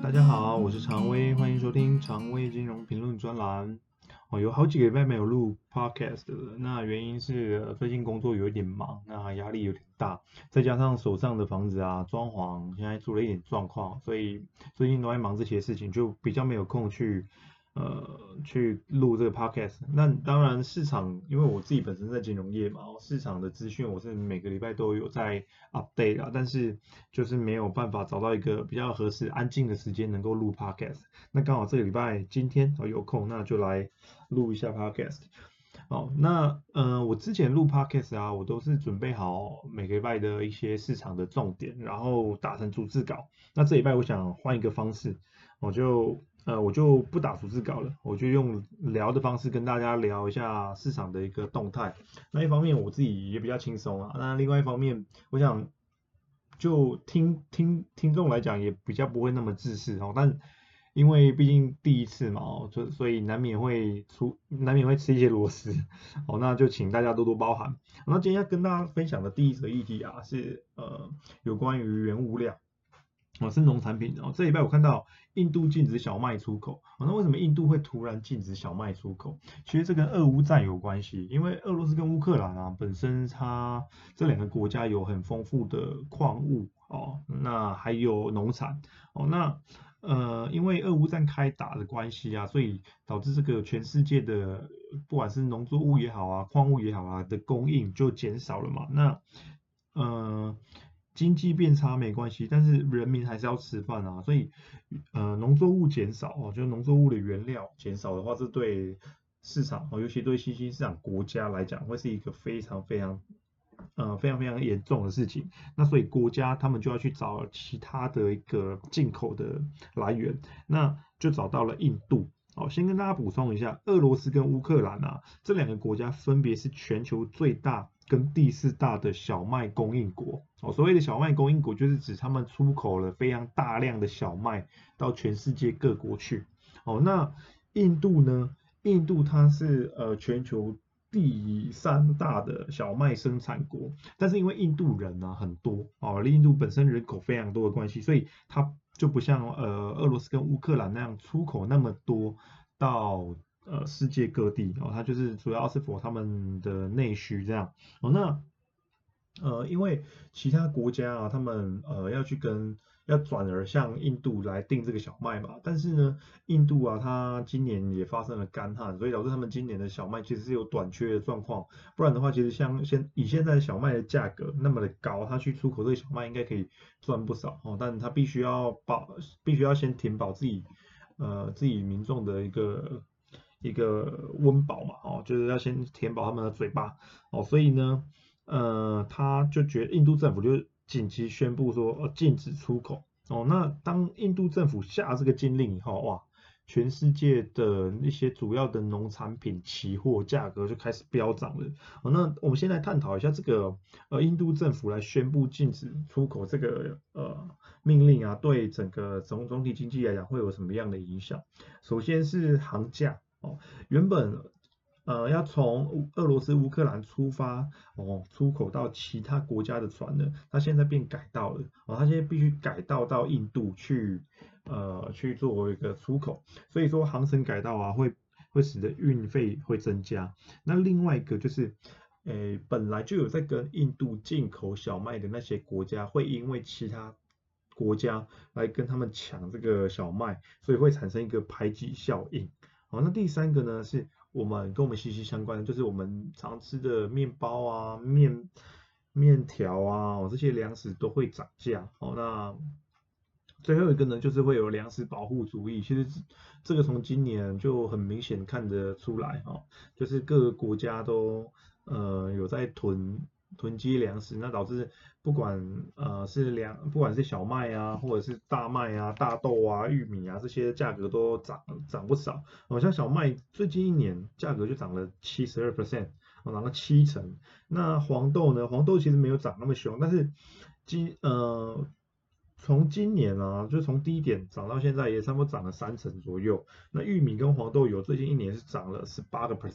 大家好，我是常威，欢迎收听常威金融评论专栏。有好几个礼拜没有录 podcast 了，那原因是最近工作有一点忙，那压力有点大，再加上手上的房子啊装潢现在出了一点状况，所以最近都在忙这些事情，就比较没有空去录这个 podcast。那当然市场，因为我自己本身在金融业嘛，市场的资讯我是每个礼拜都有在 update 啦，但是就是没有办法找到一个比较合适、安静的时间能够录 podcast。那刚好这个礼拜今天有空，那就来录一下 podcast。那我之前录 podcast 啊，我都是准备好每个礼拜的一些市场的重点，然后打成逐字稿。那这礼拜我想换一个方式，我就不打逐字稿了，我就用聊的方式跟大家聊一下市场的一个动态。那一方面我自己也比较轻松啊，那另外一方面，我想就听众来讲也比较不会那么自私哦，但因为毕竟第一次嘛所以难免会吃一些螺丝哦，那就请大家多多包涵。那今天要跟大家分享的第一则议题啊，是有关于原物料。是农产品。这礼拜我看到印度禁止小麦出口。那为什么印度会突然禁止小麦出口？其实这跟俄乌战有关系，因为俄罗斯跟乌克兰啊，本身它这两个国家有很丰富的矿物哦，那还有农产哦，因为俄乌战开打的关系啊，所以导致这个全世界的不管是农作物也好啊，矿物也好啊的供应就减少了嘛。呃，经济变差没关系，但是人民还是要吃饭啊，所以农作物减少哦，就是农作物的原料减少的话，这对市场哦，尤其对新兴市场国家来讲，会是一个非常严重的事情。那所以国家他们就要去找其他的一个进口的来源，那就找到了印度。好，先跟大家补充一下，俄罗斯跟乌克兰啊，这两个国家分别是全球最大跟第四大的小麦供应国。哦，所谓的小麦供应国，就是指他们出口了非常大量的小麦到全世界各国去。哦，那印度呢？印度它是全球第三大的小麦生产国，但是因为印度人呢、很多哦，印度本身人口非常多的关系，所以它就不像俄罗斯跟乌克兰那样出口那么多到世界各地哦，它就是主要是 for 他们的内需这样哦。因为其他国家啊，他们要转而向印度来订这个小麦嘛，但是呢，印度啊，它今年也发生了干旱，所以导致他们今年的小麦其实是有短缺的状况。不然的话，其实以现在小麦的价格那么的高，它去出口这个小麦应该可以赚不少哦，但它必须要先填饱自己民众的一个温饱嘛，哦，就是要先填饱他们的嘴巴哦，所以呢。他就印度政府就紧急宣布说，禁止出口。哦，那当印度政府下这个禁令以后，哇，全世界的一些主要的农产品期货价格就开始飙涨了。哦，那我们先来探讨一下这个印度政府来宣布禁止出口这个命令啊，对整个总体经济来讲会有什么样的影响？首先是航价哦，原本要从俄罗斯、乌克兰出发哦，出口到其他国家的船呢，它现在变改道了哦，它现在必须改道到印度去作为一个出口，所以说航程改道啊，会使得运费会增加。那另外一个就是，本来就有在跟印度进口小麦的那些国家，会因为其他国家来跟他们抢这个小麦，所以会产生一个排挤效应。好，那第三个呢，是跟我们息息相关的，就是我们常吃的面包啊、面条啊，这些粮食都会涨价。好，那最后一个呢，就是会有粮食保护主义。其实这个从今年就很明显看得出来哈，就是各个国家都有在囤积粮食，那导致不管是小麦啊，或者是大麦啊、大豆啊、玉米啊这些价格都涨不少。像小麦最近一年价格就涨了72%，涨了7成。那黄豆呢？黄豆其实没有涨那么凶，但是从今年啊，就从低点涨到现在，也差不多涨了3成左右。那玉米跟黄豆最近一年是涨了18%。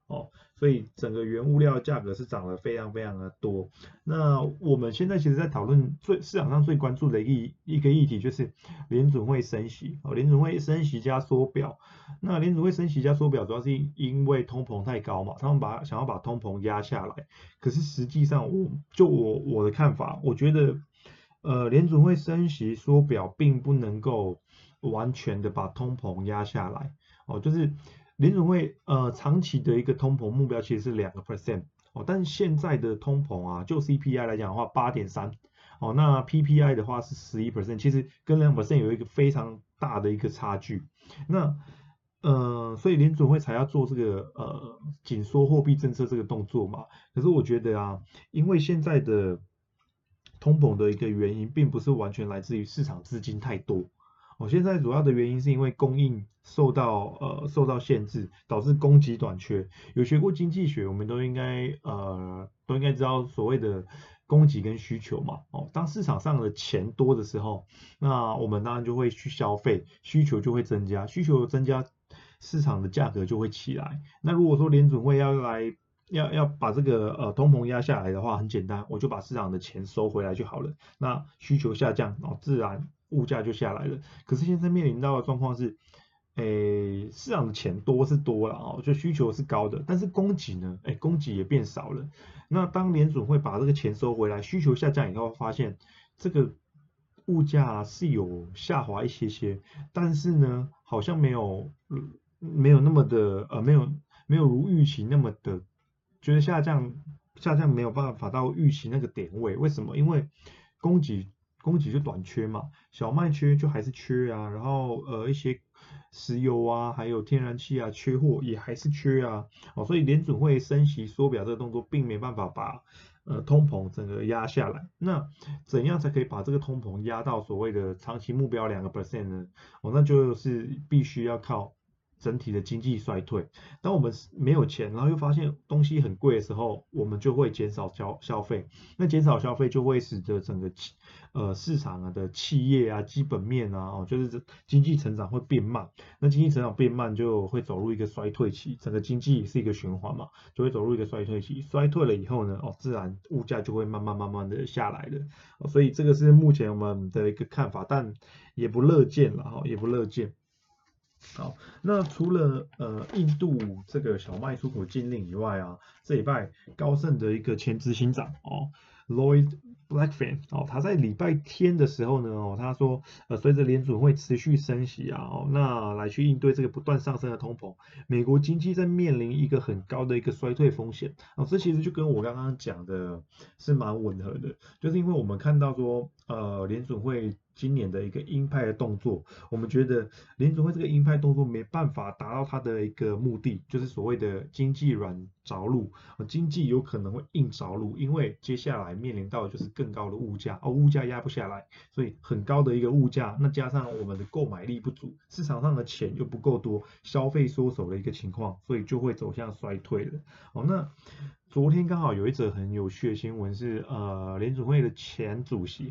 哦，所以整个原物料价格是涨了非常非常的多。那我们现在其实在讨论市场上最关注的一个议题就是联准会升息，哦，联准会升息加缩表。那联准会升息加缩表主要是因为通膨太高嘛，他们想要把通膨压下来。可是实际上我的看法，我觉得联准会升息缩表并不能够完全的把通膨压下来。哦，就是联准会长期的一个通膨目标其实是2%哦，但是现在的通膨啊，就 CPI 来讲的话8.3哦，那 PPI 的话是11%，其实跟2%有一个非常大的一个差距。那所以联准会才要做这个紧缩货币政策这个动作嘛。可是我觉得啊，因为现在的通膨的一个原因，并不是完全来自于市场资金太多。哦，现在主要的原因是因为供应受到限制，导致供给短缺。有学过经济学，我们都应该知道所谓的供给跟需求嘛。哦，当市场上的钱多的时候，那我们当然就会去消费，需求就会增加，需求增加，市场的价格就会起来。那如果说联准会要把这个通膨压下来的话，很简单，我就把市场的钱收回来就好了。那需求下降，哦，自然物价就下来了。可是现在面临到的状况是，市场的钱多是多了哦，就需求是高的，但是供给呢，供给也变少了。那当联准会把这个钱收回来，需求下降以后，发现这个物价是有下滑一些些，但是呢，好像没有那么的没有如预期那么的，觉得下降没有办法到预期那个点位。为什么？因为供给供给就短缺嘛，小麦缺就还是缺啊，然后一些石油啊，还有天然气啊，缺货也还是缺啊。哦，所以联准会升息缩表这个动作，并没办法把通膨整个压下来。那怎样才可以把这个通膨压到所谓的长期目标2%呢？哦，那就是必须要靠整体的经济衰退。当我们没有钱，然后又发现东西很贵的时候，我们就会减少消费。那减少消费就会使得整个市场啊的企业啊基本面啊，哦，就是经济成长会变慢。那经济成长变慢就会走入一个衰退期，整个经济是一个循环嘛，就会走入一个衰退期。衰退了以后呢，哦，自然物价就会慢慢的下来了。哦，所以这个是目前我们的一个看法，但也不乐见了哈，也不乐见。好，那除了印度这个小麦出口禁令以外啊，这礼拜高盛的一个前执行长哦，Lloyd Blackfein 哦，他在礼拜天的时候呢，哦，他说随着联准会持续升息啊，哦，那来去应对这个不断上升的通膨，美国经济在面临一个很高的一个衰退风险。哦，这其实就跟我刚刚讲的是蛮吻合的，就是因为我们看到说联准会今年的一个鹰派的动作。我们觉得联准会这个鹰派动作没办法达到它的一个目的，就是所谓的经济软着陆，经济有可能会硬着陆，因为接下来面临到的就是更高的物价，物价压不下来，所以很高的一个物价，那加上我们的购买力不足，市场上的钱又不够多，消费缩手的一个情况，所以就会走向衰退了。哦，那昨天刚好有一则很有趣的新闻是，联储会的前主席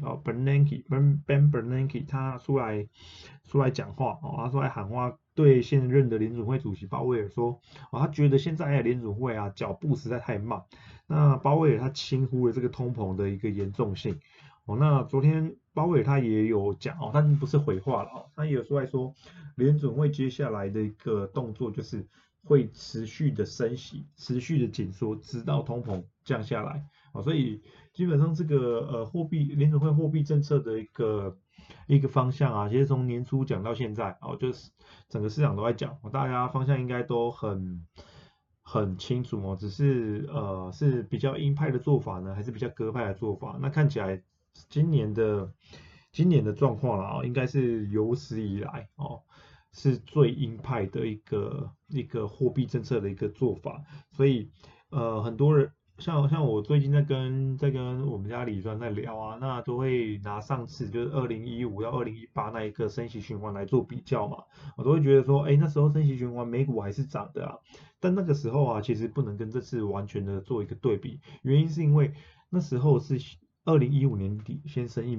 Ben Bernanke 他出来讲话哦，他出来喊话，对现任的联储会主席鲍威尔说，哦，他觉得现在的联储会啊脚步实在太慢。那鲍威尔他轻忽了这个通膨的一个严重性。哦，那昨天鲍威尔他也有讲哦，但不是回话了哦，他也有出来说，联准会接下来的一个动作就是会持续的升息，持续的紧缩，直到通膨降下来。哦，所以基本上这个联准会货币政策的一个方向啊，其实从年初讲到现在，哦，就是整个市场都在讲，大家方向应该都很清楚哦，只是是比较鹰派的做法呢，还是比较鸽派的做法？那看起来今年的今年的状况啊，应该是有史以来哦是最鹰派的一个货币政策的一个做法，所以很多人像我最近在跟我们家李专在聊啊，那都会拿上次就是2015到2018那一个升息循环来做比较嘛，我都会觉得说，哎，那时候升息循环美股还是涨的啊，但那个时候啊，其实不能跟这次完全的做一个对比，原因是因为那时候是2015年底先升一码，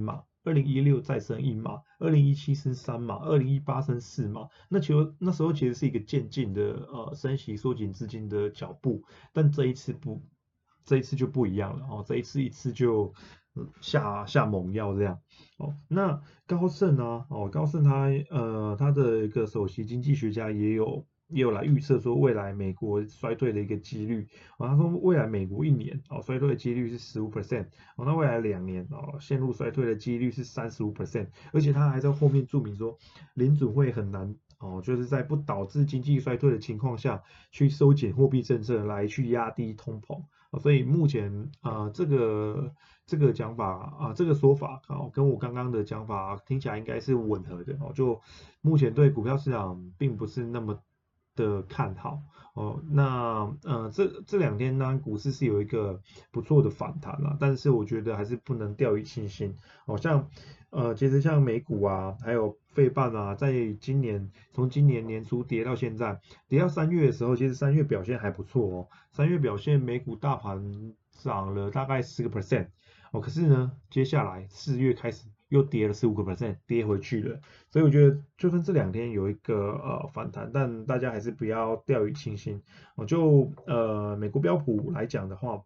2016再升1码，2017升3码，2018升4码。那时候其实是一个渐进的升息缩紧资金的脚步，但这一次就不一样了哦，这一次就下猛药这样哦。那高盛啊，高盛他的一个首席经济学家也有来预测说未来美国衰退的一个几率，他说未来美国1年衰退的几率是15%，那未来2年陷入衰退的几率是35%，而且他还在后面注明说联准会很难就是在不导致经济衰退的情况下去收紧货币政策来去压低通膨。所以目前这个讲法这个说法跟我刚刚的讲法听起来应该是吻合的就目前对股票市场并不是那么的看好那这2天呢，股市是有一个不错的反弹啦，但是我觉得还是不能掉以轻心其实像美股啊，还有费半啊，从今年年初跌到现在，跌到3月的时候，其实3月表现还不错3月表现美股大盘涨了大概10%可是呢，接下来4月开始又跌了15%，跌回去了。所以我觉得，就算这2天有一个反弹，但大家还是不要掉以轻心美国标普来讲的话，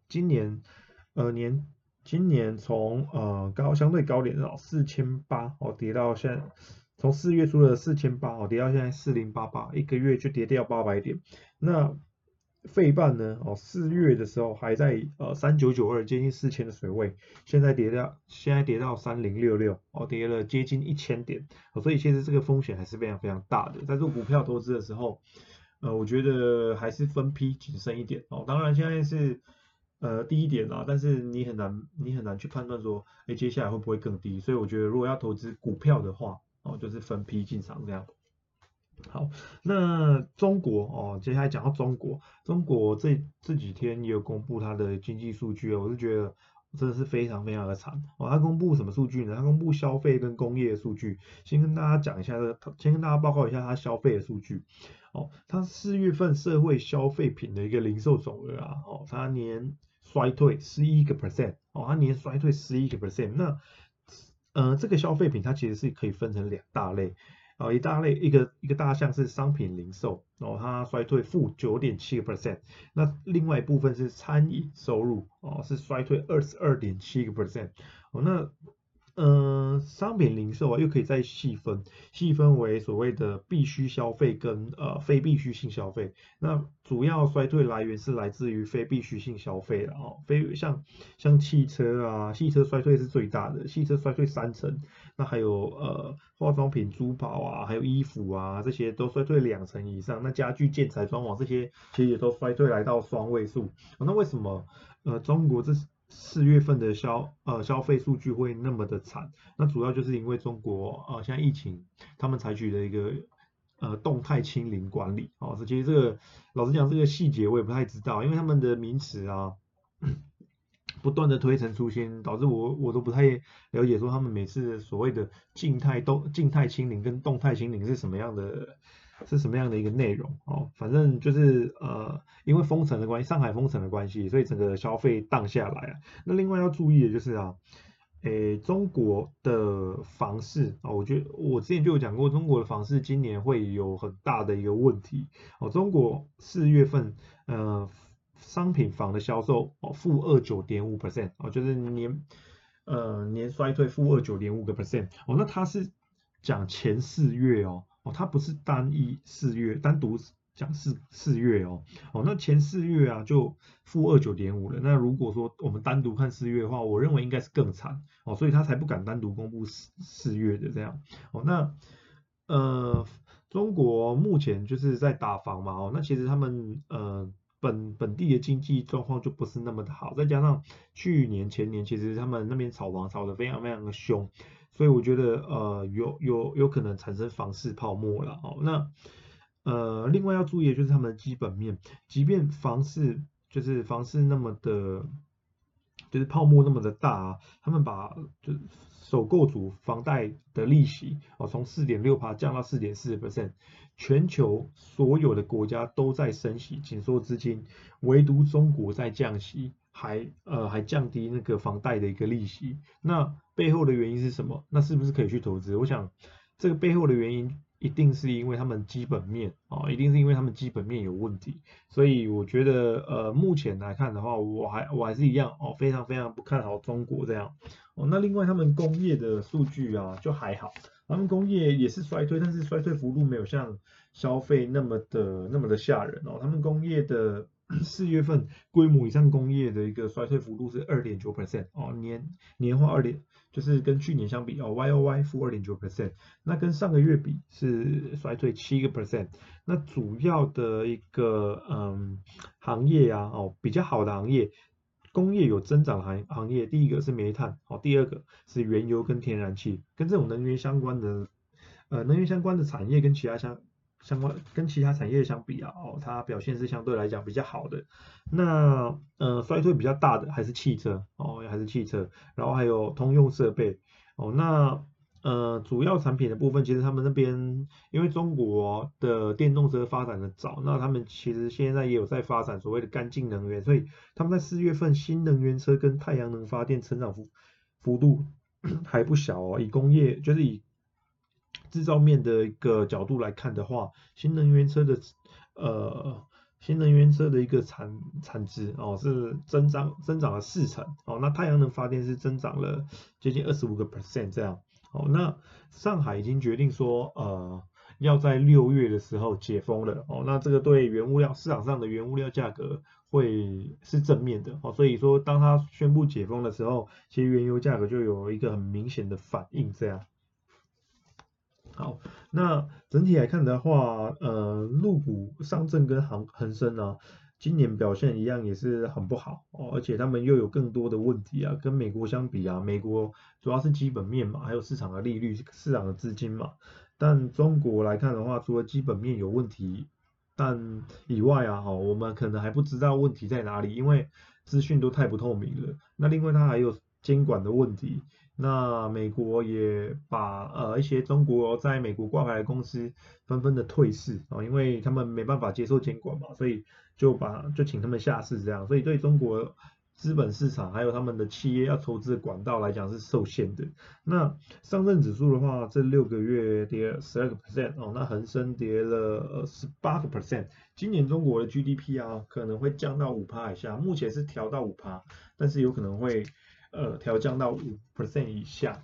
今年从相对高点的4800跌到现在，从4月初的4800跌到现在4088，一个月就跌掉800点。那费半呢4月的时候还在3992接近4000的水位，现在跌到3066跌了接近1000点所以其实这个风险还是非常非常大的。在做股票投资的时候我觉得还是分批谨慎一点当然现在是低一点啦，但是你很难去判断说接下来会不会更低，所以我觉得如果要投资股票的话就是分批进场这样。好，那中国接下来讲到中国这几天也有公布它的经济数据我是觉得真的是非常非常的惨它公布什么数据呢？它公布消费跟工业的数据，先跟大家讲一下先跟大家报告一下它消费的数据它4月份社会消费品的一个零售总额它年衰退11%它年衰退11%，那这个消费品它其实是可以分成2大类一个大项是商品零售它衰退负9.7%，那另外一部分是餐饮收入是衰退22.7%那商品零售又可以再细分为所谓的必须消费跟非必须性消费。那主要衰退来源是来自于非必须性消费的像汽车汽车衰退是最大的，汽车衰退30%，那还有化妆品、珠宝还有衣服这些都衰退20%以上。那家具、建材、装潢这些其实也都衰退来到双位数。那为什么中国4月份的消费数据会那么的惨？那主要就是因为中国现在疫情，他们采取的一个动态清零管理其实这个老实讲这个细节我也不太知道，因为他们的名词不断的推陈出新，导致我都不太了解说他们每次所谓的静态清零跟动态清零是什么样的一个内容反正就是因为封城的关系，上海封城的关系，所以整个消费荡下来那另外要注意的就是中国的房市我觉得我之前就有讲过，中国的房市今年会有很大的一个问题中国4月份商品房的销售负29.5%就是年衰退负29.5%那它是讲前4月它不是单独讲四月那前4月就负29.5了。那如果说我们单独看4月的话，我认为应该是更惨所以他才不敢单独公布四月的这样那中国目前就是在打房嘛那其实他们本地的经济状况就不是那么的好，再加上去年前年其实他们那边炒房炒得非常非常的凶，所以我觉得有可能产生房市泡沫了那另外要注意的就是他们的基本面，即便房市那么的就是泡沫那么的大他们把就是首购族房贷的利息从4.6%降到4.4%，全球所有的国家都在升息紧缩资金，唯独中国在降息还降低那个房贷的一个利息。那背后的原因是什么？那是不是可以去投资？我想这个背后的原因一定是因为他们基本面一定是因为他们基本面有问题。所以我觉得目前来看的话，我还是一样非常非常不看好中国这样。那另外他们工业的数据啊就还好，他们工业也是衰退，但是衰退幅度没有像消费那么的吓人他们工业的4月份规模以上工业的一个衰退幅度是2.9%年化就是跟去年相比YOY 负2.9%，那跟上个月比是衰退7%。那主要的一个行业啊比较好的行业。工业有增长的行业，第一个是煤炭，第二个是原油跟天然气，跟这种能源相关的产业跟其他产业相比啊，它表现是相对来讲比较好的。那衰退比较大的还是汽车然后还有通用设备那主要产品的部分，其实他们那边因为中国的电动车发展的早，那他们其实现在也有在发展所谓的干净能源，所以他们在4月份新能源车跟太阳能发电成长幅度还不小以工业就是以制造面的一个角度来看的话，呃新能源车的一个产值是增长了4成那太阳能发电是增长了接近25%这样那上海已经决定说要在6月的时候解封了那这个对市场上的原物料价格会是正面的所以说当它宣布解封的时候，其实原油价格就有一个很明显的反应这样。好，那整体来看的话，陆股、上证跟恒生啊，今年表现一样也是很不好而且他们又有更多的问题啊，跟美国相比啊，美国主要是基本面嘛，还有市场的利率、市场的资金嘛，但中国来看的话，除了基本面有问题，但以外啊，我们可能还不知道问题在哪里，因为资讯都太不透明了。那另外它还有监管的问题。那美国也把一些中国在美国挂牌的公司纷纷的退市因为他们没办法接受监管嘛，所以就请他们下市这样，所以对中国资本市场还有他们的企业要筹资的管道来讲是受限的。那上证指数的话，这6个月跌了12% 那恒生跌了18%。今年中国的 GDP 啊可能会降到5%以下，目前是调到5%，但是有可能会调降到5% 以下。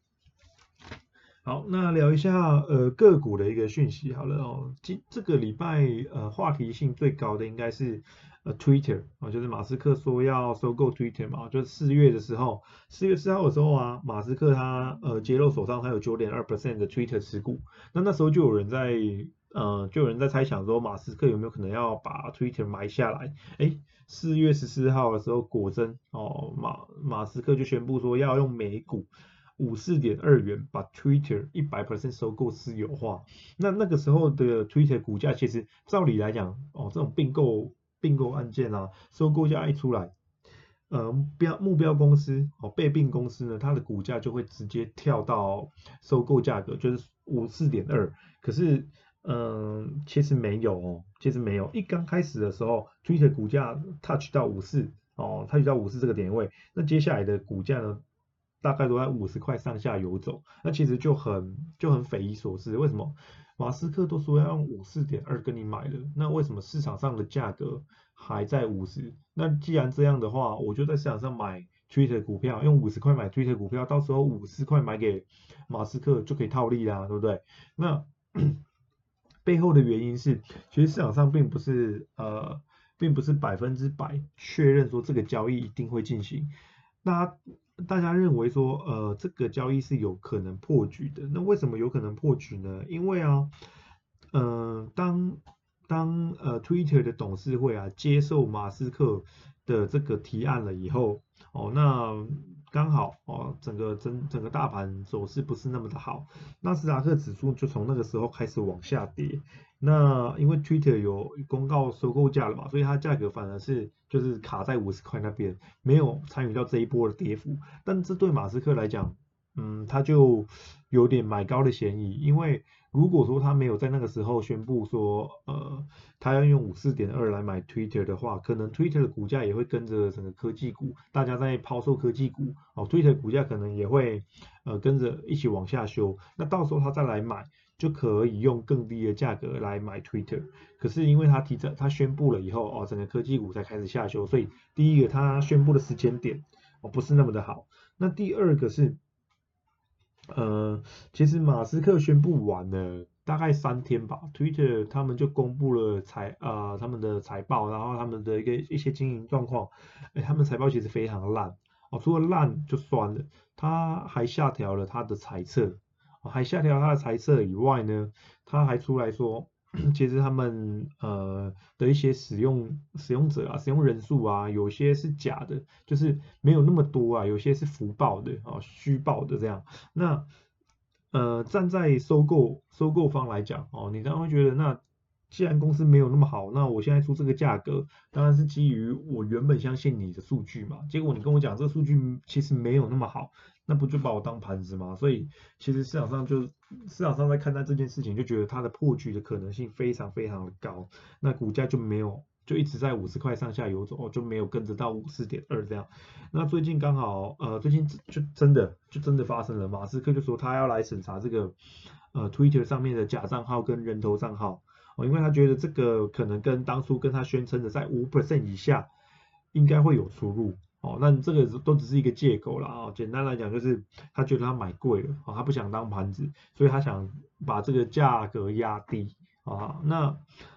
好，那聊一下个股的一个讯息好了这个礼拜话题性最高的应该是Twitter就是马斯克说要收购 Twitter 嘛，就是4月的时候，4月4号的时候啊，马斯克他揭露手上他有9.2% 的 Twitter 持股，那时候就有人在猜想说马斯克有没有可能要把 Twitter 买下来，4月14号的时候果真马斯克就宣布说要用每股54.2元把 Twitter 100% 收购私有化。那个时候的 Twitter 股价其实照理来讲这种并购案件啊，收购价一出来，目标公司被并公司呢，它的股价就会直接跳到收购价格，就是54.2。可是其实没有。一刚开始的时候，Twitter 股价 touch 到54到54这个点位，那接下来的股价呢，大概都在50块上下游走，那其实就很匪夷所思，为什么？马斯克都说要用54.2跟你买了，那为什么市场上的价格还在50？那既然这样的话，我就在市场上买 Twitter 股票，用50块买 Twitter 股票，到时候54块买给马斯克就可以套利啦，对不对？那背后的原因是，其实市场上并不是100%确认说这个交易一定会进行。大家认为说，这个交易是有可能破局的。那为什么有可能破局呢？因为啊，当Twitter 的董事会啊接受马斯克的这个提案了以后，那刚好整个大盘走势不是那么的好，纳斯达克指数就从那个时候开始往下跌。那因为 Twitter 有公告收购价了嘛，所以它价格反而是就是卡在50块那边，没有参与到这一波的跌幅。但这对马斯克来讲， 他就有点买高的嫌疑，因为如果说他没有在那个时候宣布说，他要用54.2来买 Twitter 的话，可能 Twitter 的股价也会跟着整个科技股，大家在抛售科技股，Twitter 股价可能也会跟着一起往下修，那到时候他再来买，就可以用更低的价格来买 Twitter。可是因为他宣布了以后，整个科技股才开始下修，所以第一个他宣布的时间点不是那么的好。那第二个是，其实马斯克宣布完了大概3天吧，Twitter 他们就公布了他们的财报，然后他们的一些经营状况，他们财报其实非常烂除了烂就算了，他还下调了他的财测，还下调他的财测以外呢，他还出来说。其实他们的一些使用者使用人数有些是假的，就是没有那么多有些是福报的虚报的这样。那站在收购方来讲你当然会觉得，那既然公司没有那么好，那我现在出这个价格，当然是基于我原本相信你的数据嘛。结果你跟我讲这个数据其实没有那么好，那不就把我当盘子吗？所以其实市场上在看待这件事情，就觉得它的破局的可能性非常非常的高，那股价就没有。就一直在50块上下游走，就没有跟着到54.2这样。那最近刚好，最近就真的发生了，马斯克就说他要来审查这个Twitter 上面的假账号跟人头账号因为他觉得这个可能跟当初跟他宣称的在5% 以下应该会有出入那这个都只是一个借口啦简单来讲就是他觉得他买贵了他不想当盘子，所以他想把这个价格压低那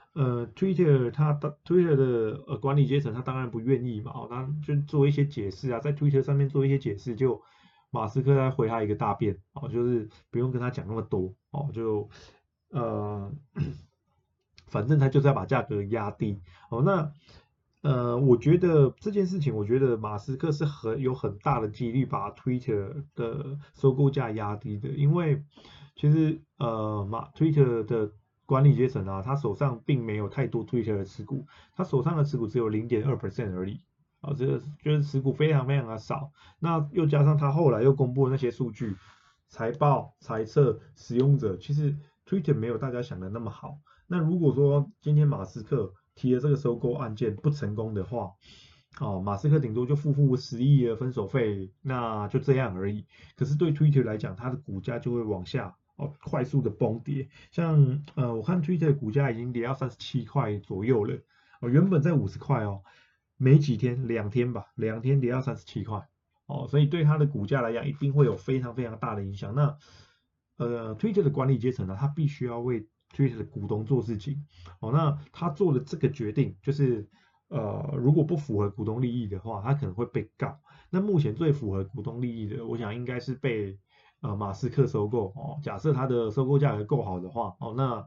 Twitter 的管理阶层他当然不愿意嘛他就做一些解释在 Twitter 上面做一些解释，就马斯克再回他一个大便就是不用跟他讲那么多就呃反正他就是要把价格压低那我觉得这件事情，我觉得马斯克是有很大的几率把 Twitter 的收购价压低的，因为其实Twitter 的管理阶层他手上并没有太多 Twitter 的持股，他手上的持股只有0.2% 而已这个就是持股非常非常的少。那又加上他后来又公布的那些数据、财报、财测、使用者，其实 Twitter 没有大家想的那么好。那如果说今天马斯克提了这个收购案件不成功的话，马斯克顶多就付10亿的分手费，那就这样而已。可是对 Twitter 来讲，它的股价就会往下快速的崩跌。像我看 Twitter 的股价已经跌到37块左右了，原本在50块没几天2天吧，2天跌到37块所以对它的股价来讲，一定会有非常非常大的影响。那Twitter 的管理阶层呢，他必须要为 Twitter 的股东做事情那他做的这个决定就是如果不符合股东利益的话，他可能会被告。那目前最符合股东利益的，我想应该是被马斯克收购假设他的收购价格够好的话那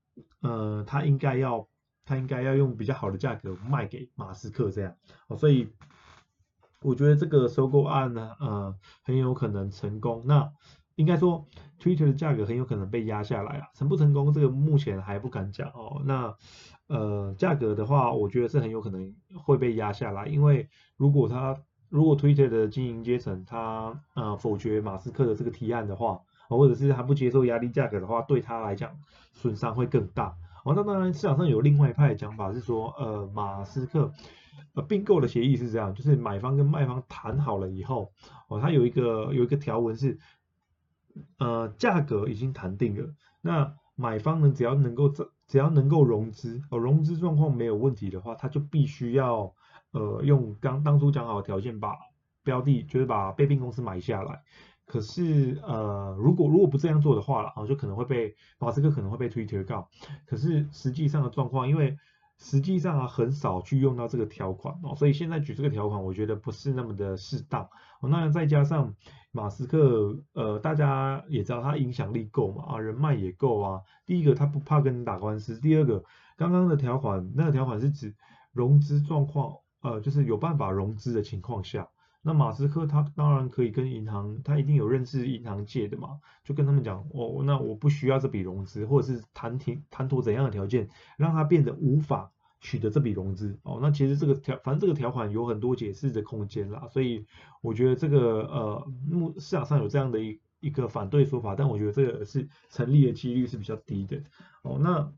他应该要用比较好的价格卖给马斯克这样所以我觉得这个收购案呢很有可能成功。那应该说 Twitter 的价格很有可能被压下来成不成功这个目前还不敢讲那价格的话，我觉得是很有可能会被压下来，因为如果 Twitter 的经营阶层他否决马斯克的这个提案的话，或者是他不接受压低价格的话，对他来讲损伤会更大那当然市场上有另外一派的讲法是说马斯克并购的协议是这样，就是买方跟卖方谈好了以后它有一个条文是价格已经谈定了，那买方呢只要能够融资融资状况没有问题的话，他就必须要用当初讲好的条件把标的就是把被并公司买下来。可是如果不这样做的话就可能会被马斯克可能会被 Twitter 告。可是实际上的状况，因为实际上很少去用到这个条款所以现在举这个条款，我觉得不是那么的适当那再加上马斯克大家也知道他影响力够嘛人脉也够第一个他不怕跟人打官司，第二个刚刚的条款那个条款是指融资状况就是有办法融资的情况下。那马斯克他当然可以跟银行，他一定有认识银行界的嘛，就跟他们讲那我不需要这笔融资，或者是谈妥怎样的条件，让他变得无法取得这笔融资哦。那其实反正这个条款有很多解释的空间啦，所以我觉得这个市场上有这样的一个反对说法，但我觉得这个是成立的几率是比较低的哦。那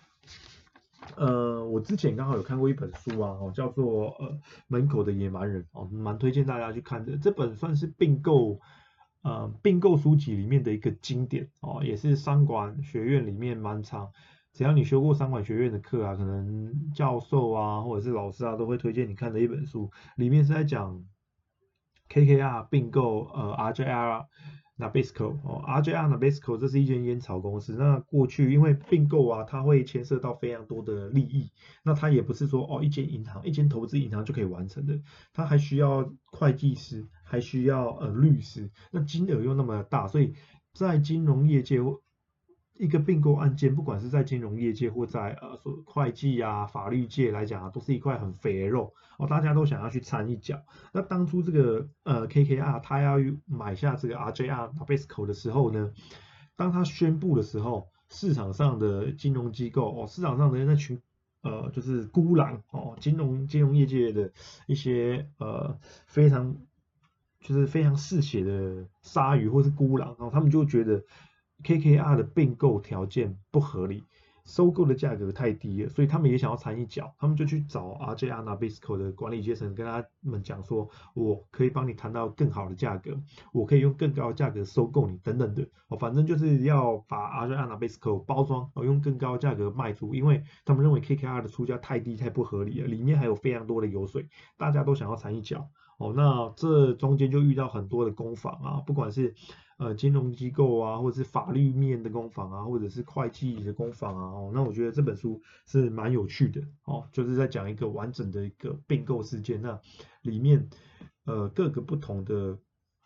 我之前刚好有看过一本书啊，叫做门口的野蛮人哦，蛮推荐大家去看的。这本算是并购书籍里面的一个经典哦，也是商管学院里面蛮常，只要你修过商管学院的课啊，可能教授啊或者是老师啊都会推荐你看的一本书，里面是在讲 KKR 并购RJR Nabisco 哦，RJR Nabisco 这是一间烟草公司。那过去因为并购啊，它会牵涉到非常多的利益，那它也不是说一间银行、一间投资银行就可以完成的，它还需要会计师，还需要律师，那金额又那么大，所以在金融业界一个并购案件，不管是在金融业界或在会计啊、法律界来讲啊，都是一块很肥的肉哦，大家都想要去掺一脚。那当初这个KKR 他要买下这个 RJR Nabisco 的时候呢，当他宣布的时候，市场上的金融机构市场上的那群就是孤狼金融业界的一些非常非常嗜血的鲨鱼或是孤狼，他们就觉得 KKR 的并购条件不合理，收购的价格太低了，所以他们也想要掺一脚，他们就去找 RJR Nabisco 的管理阶层，跟他们讲说，我可以帮你谈到更好的价格，我可以用更高的价格收购你等等的，反正就是要把 RJR Nabisco 包装，用更高的价格卖出，因为他们认为 KKR 的出价太低太不合理了，里面还有非常多的油水，大家都想要掺一脚。那这中间就遇到很多的攻防啊，不管是金融机构啊，或者是法律面的攻防啊，或者是会计的攻防啊，那我觉得这本书是蛮有趣的就是在讲一个完整的一个并购事件，那里面各个不同的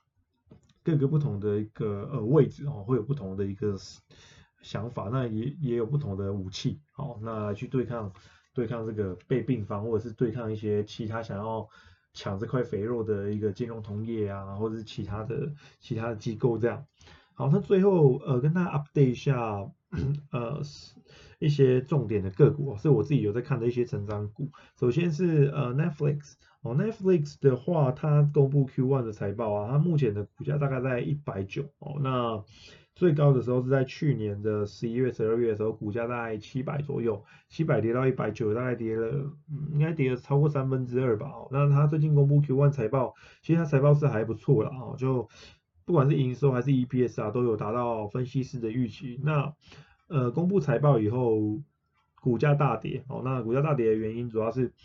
一个位置会有不同的一个想法，那也有不同的武器那去对抗这个被并方，或者是对抗一些其他想要抢这块肥肉的一个金融同业啊，或者是其他的机构这样。好，那最后跟大家 update 一下呃一些重点的个股是我自己有在看的一些成长股。首先是Netflix Netflix 的话，它公布 Q1 的财报啊，它目前的股价大概在190那最高的时候是在去年的11月、12月的时候，股价大概700左右，700跌到190，大概跌了，应该跌了超过2/3吧。那它最近公布 Q1 财报，其实它财报是还不错啦就不管是营收还是 EPS 啊，都有达到分析师的预期。那公布财报以后，股价大跌那股价大跌的原因主要是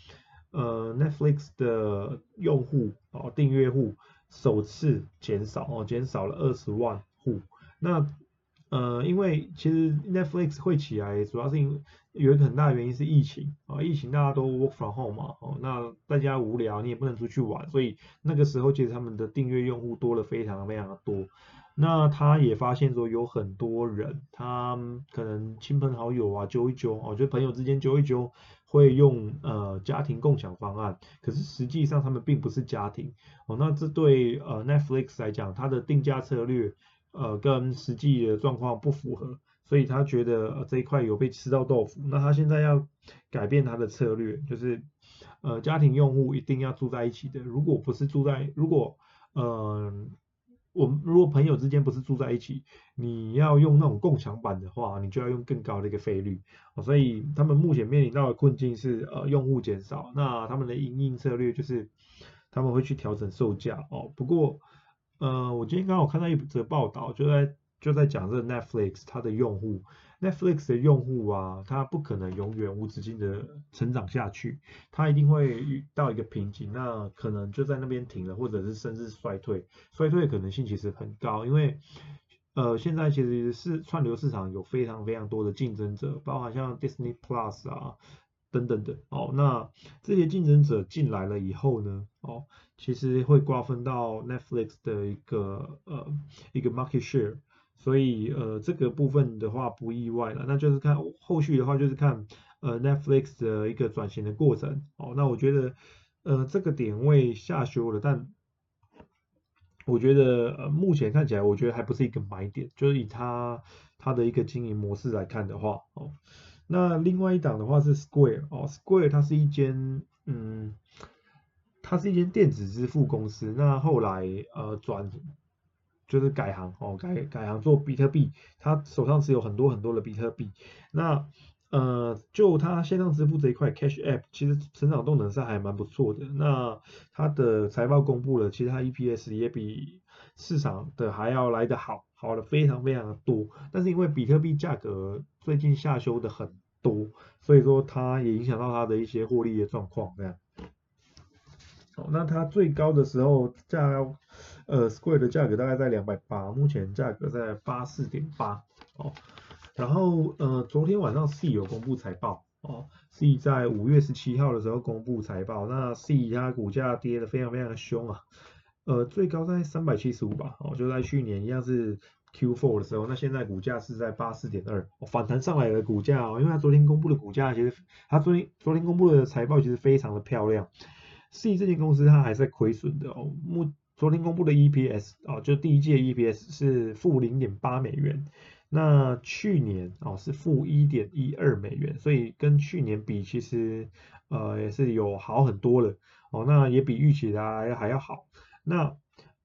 Netflix 的用户订阅户首次减少了20万户。那因为其实 Netflix 会起来，主要是因为有一个很大的原因是疫情疫情大家都 work from home 嘛那在家无聊，你也不能出去玩，所以那个时候其实他们的订阅用户多了非常非常的多。那他也发现说有很多人，他可能亲朋好友啊揪一揪就朋友之间揪一揪，会用家庭共享方案，可是实际上他们并不是家庭那这对Netflix 来讲，它的定价策略跟实际的状况不符合，所以他觉得这一块有被吃到豆腐，那他现在要改变他的策略，就是家庭用户一定要住在一起的，如果不是住在，如果我们如果朋友之间不是住在一起，你要用那种共享版的话，你就要用更高的一个费率所以他们目前面临到的困境是用户减少，那他们的营运策略就是他们会去调整售价不过我今天刚好看到一则报道，就在讲这个 Netflix 它的用户，Netflix 的用户啊，它不可能永远无止境的成长下去，它一定会遇到一个瓶颈，那可能就在那边停了，或者是甚至衰退，衰退的可能性其实很高，因为现在其实是串流市场有非常非常多的竞争者，包含像 Disney Plus 啊等等的那这些竞争者进来了以后呢其实会瓜分到 Netflix 的一个 market share，所以这个部分的话不意外了，那就是看后续的话就是看Netflix 的一个转型的过程那我觉得这个点位下修了，但我觉得目前看起来我觉得还不是一个买点，就是以它的一个经营模式来看的话那另外一档的话是 Square 哦，Square 它是一间电子支付公司，那后来就是改行哦，改行做比特币，他手上持有很多很多的比特币。那就它线上支付这一块，Cash App 其实成长动能是还蛮不错的。那它的财报公布了，其实它 EPS 也比市场的还要来得好，好的非常非常的多。但是因为比特币价格最近下修的很多，所以说它也影响到它的一些获利的状况，这样。哦，那它最高的时候Square 的价格大概在280，目前价格在84.8。哦，然后昨天晚上 C 有公布财报哦，C 在5月17号的时候公布财报，那 C 它股价跌得非常非常的凶啊，最高在375吧，哦，就在去年一样是 Q4 的时候，那现在股价是在84.2，反弹上来的股价哦，因为它昨天公布的股价其实它昨天公布的财报其实非常的漂亮。C 这间公司它还在亏损的哦，昨天公布的 EPS 哦，就第一季的 EPS 是负0.8美元，那去年哦是负1.12美元，所以跟去年比其实也是有好很多了哦，那也比预期的还要好。那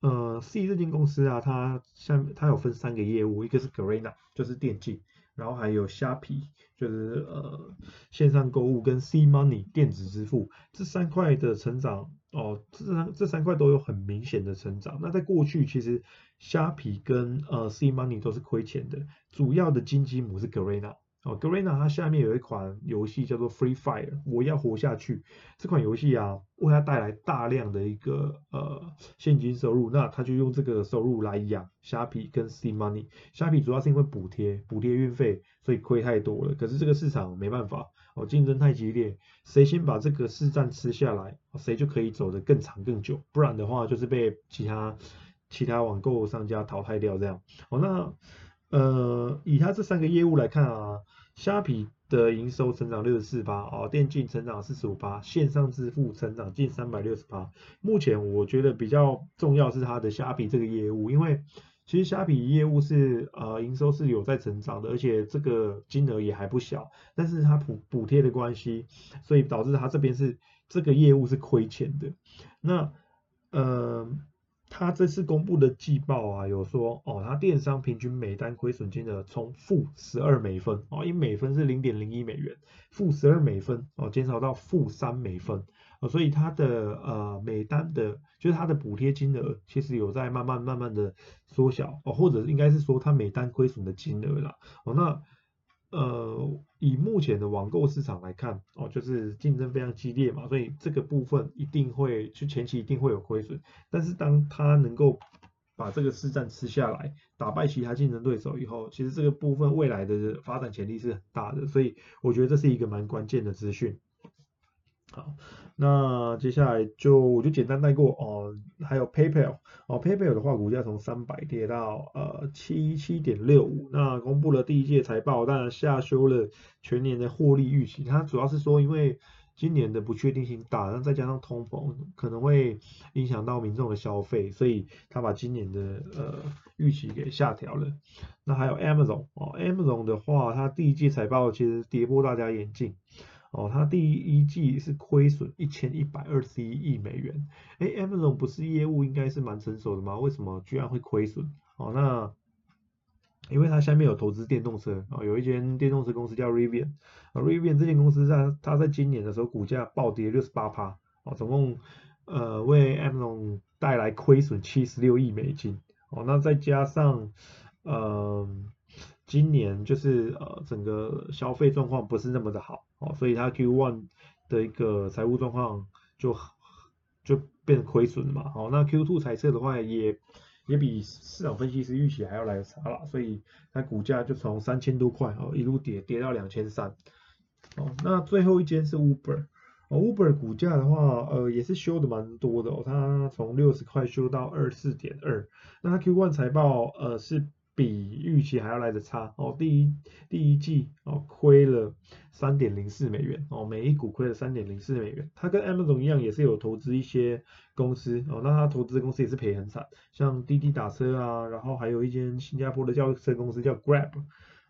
C 这间公司啊，它有分3个业务，一个是 Garena 就是电竞，然后还有虾皮就是线上购物跟 C Money 电子支付这三块的成长哦，这三块都有很明显的成长。那在过去其实虾皮跟C Money 都是亏钱的，主要的金鸡母是 Garena。哦，Garena 它下面有一款游戏叫做 Free Fire，我要活下去。这款游戏啊，为它带来大量的一个现金收入，那他就用这个收入来养虾皮跟 C Money。虾皮主要是因为补贴运费，所以亏太多了。可是这个市场没办法，哦，竞争太激烈，谁先把这个市占吃下来，谁就可以走得更长更久。不然的话，就是被其他网购商家淘汰掉这样。哦，那以它这3个业务来看啊，虾皮的营收成长64%，哦，电竞成长45%，线上支付成长近360%。目前我觉得比较重要是它的虾皮这个业务，因为其实虾皮业务是营收是有在成长的，而且这个金额也还不小，但是它补贴的关系，所以导致它这个业务是亏钱的。那呃，他这次公布的季报啊，有说哦，他电商平均每单亏损金额从-12美分哦，1美分是0.01美元，-12美分哦，减少到-3美分哦，所以它的每单的，就是它的补贴金额其实有在慢慢的缩小哦，或者应该是说它每单亏损的金额啦哦，那以目前的网购市场来看，哦，就是竞争非常激烈嘛，所以这个部分前期一定会有亏损，但是当它能够把这个市占吃下来，打败其他竞争对手以后，其实这个部分未来的发展潜力是很大的，所以我觉得这是一个蛮关键的资讯。好，那接下来我就简单带过哦，还有 PayPal 哦，PayPal 的话，股价从300跌到7.65，那公布了第一届财报，当然下修了全年的获利预期，它主要是说因为今年的不确定性大，那再加上通膨可能会影响到民众的消费，所以它把今年的预期给下调了。那还有 Amazon 哦，Amazon 的话，它第一季财报其实跌破大家眼镜。哦，它第一季是亏损1121亿美元。哎，Amazon 不是业务应该是蛮成熟的吗？为什么居然会亏损？哦，那因为它下面有投资电动车啊、有一间电动车公司叫 Rivian，Rivian 这间公司它在今年的时候股价暴跌68%，哦，总共为 Amazon 带来亏损76亿美金。哦，那再加上呃今年就是整个消费状况不是那么的好，哦，所以它 Q1 的一个财务状况就就变成亏损了嘛。好，那 Q2 财测的话也比市场分析师预期还要来的差啦，所以它股价就从3000多块哦一路跌到2300。哦，那最后一间是 Uber。哦，Uber 股价的话，也是修的蛮多的哦，它从60块修到24.2。那它 Q1 财报，是比预期还要来的差哦。第一季哦亏了3.04美元哦，每一股亏了3.04美元。它跟 Amazon 一样，也是有投资一些公司哦，那它投资的公司也是赔很惨，像滴滴打车啊，然后还有一间新加坡的轿车公司叫 Grab。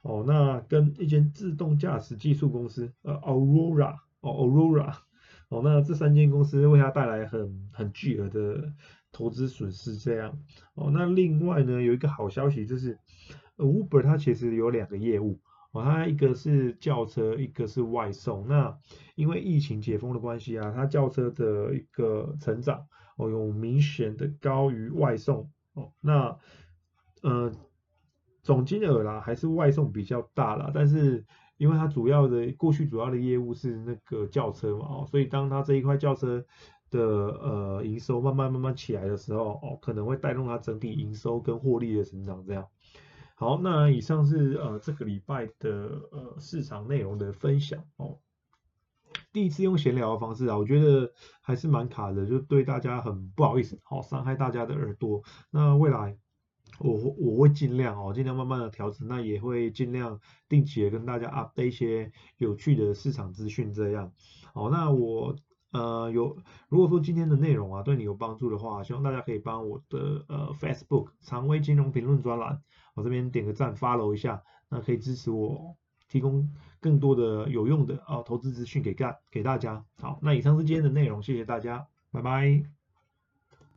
哦，那跟一间自动驾驶技术公司Aurora，哦，那这3间公司为它带来很巨额的投资损失，这样。哦，那另外呢，有一个好消息就是，Uber 它其实有2个业务，哦，它一个是轿车，一个是外送。那因为疫情解封的关系啊，它轿车的一个成长，哦，有明显的高于外送。哦，那呃总金额啦，还是外送比较大啦，但是因为它过去主要的业务是那个轿车嘛，哦，所以当它这一块轿车的营收慢慢起来的时候，哦，可能会带动它整体营收跟获利的成长这样。好，那以上是这个礼拜的市场内容的分享哦。第一次用闲聊的方式啊，我觉得还是蛮卡的，就对大家很不好意思，好伤害大家的耳朵。那未来我会尽量尽量慢慢的调整，那也会尽量定期的跟大家 update 一些有趣的市场资讯这样。好，那我如果说今天的内容啊对你有帮助的话，希望大家可以帮我的Facebook 常威金融评论专栏，我这边点个赞 follow 一下，那可以支持我提供更多的有用的投资资讯给大家。好，那以上是今天的内容，谢谢大家，拜拜。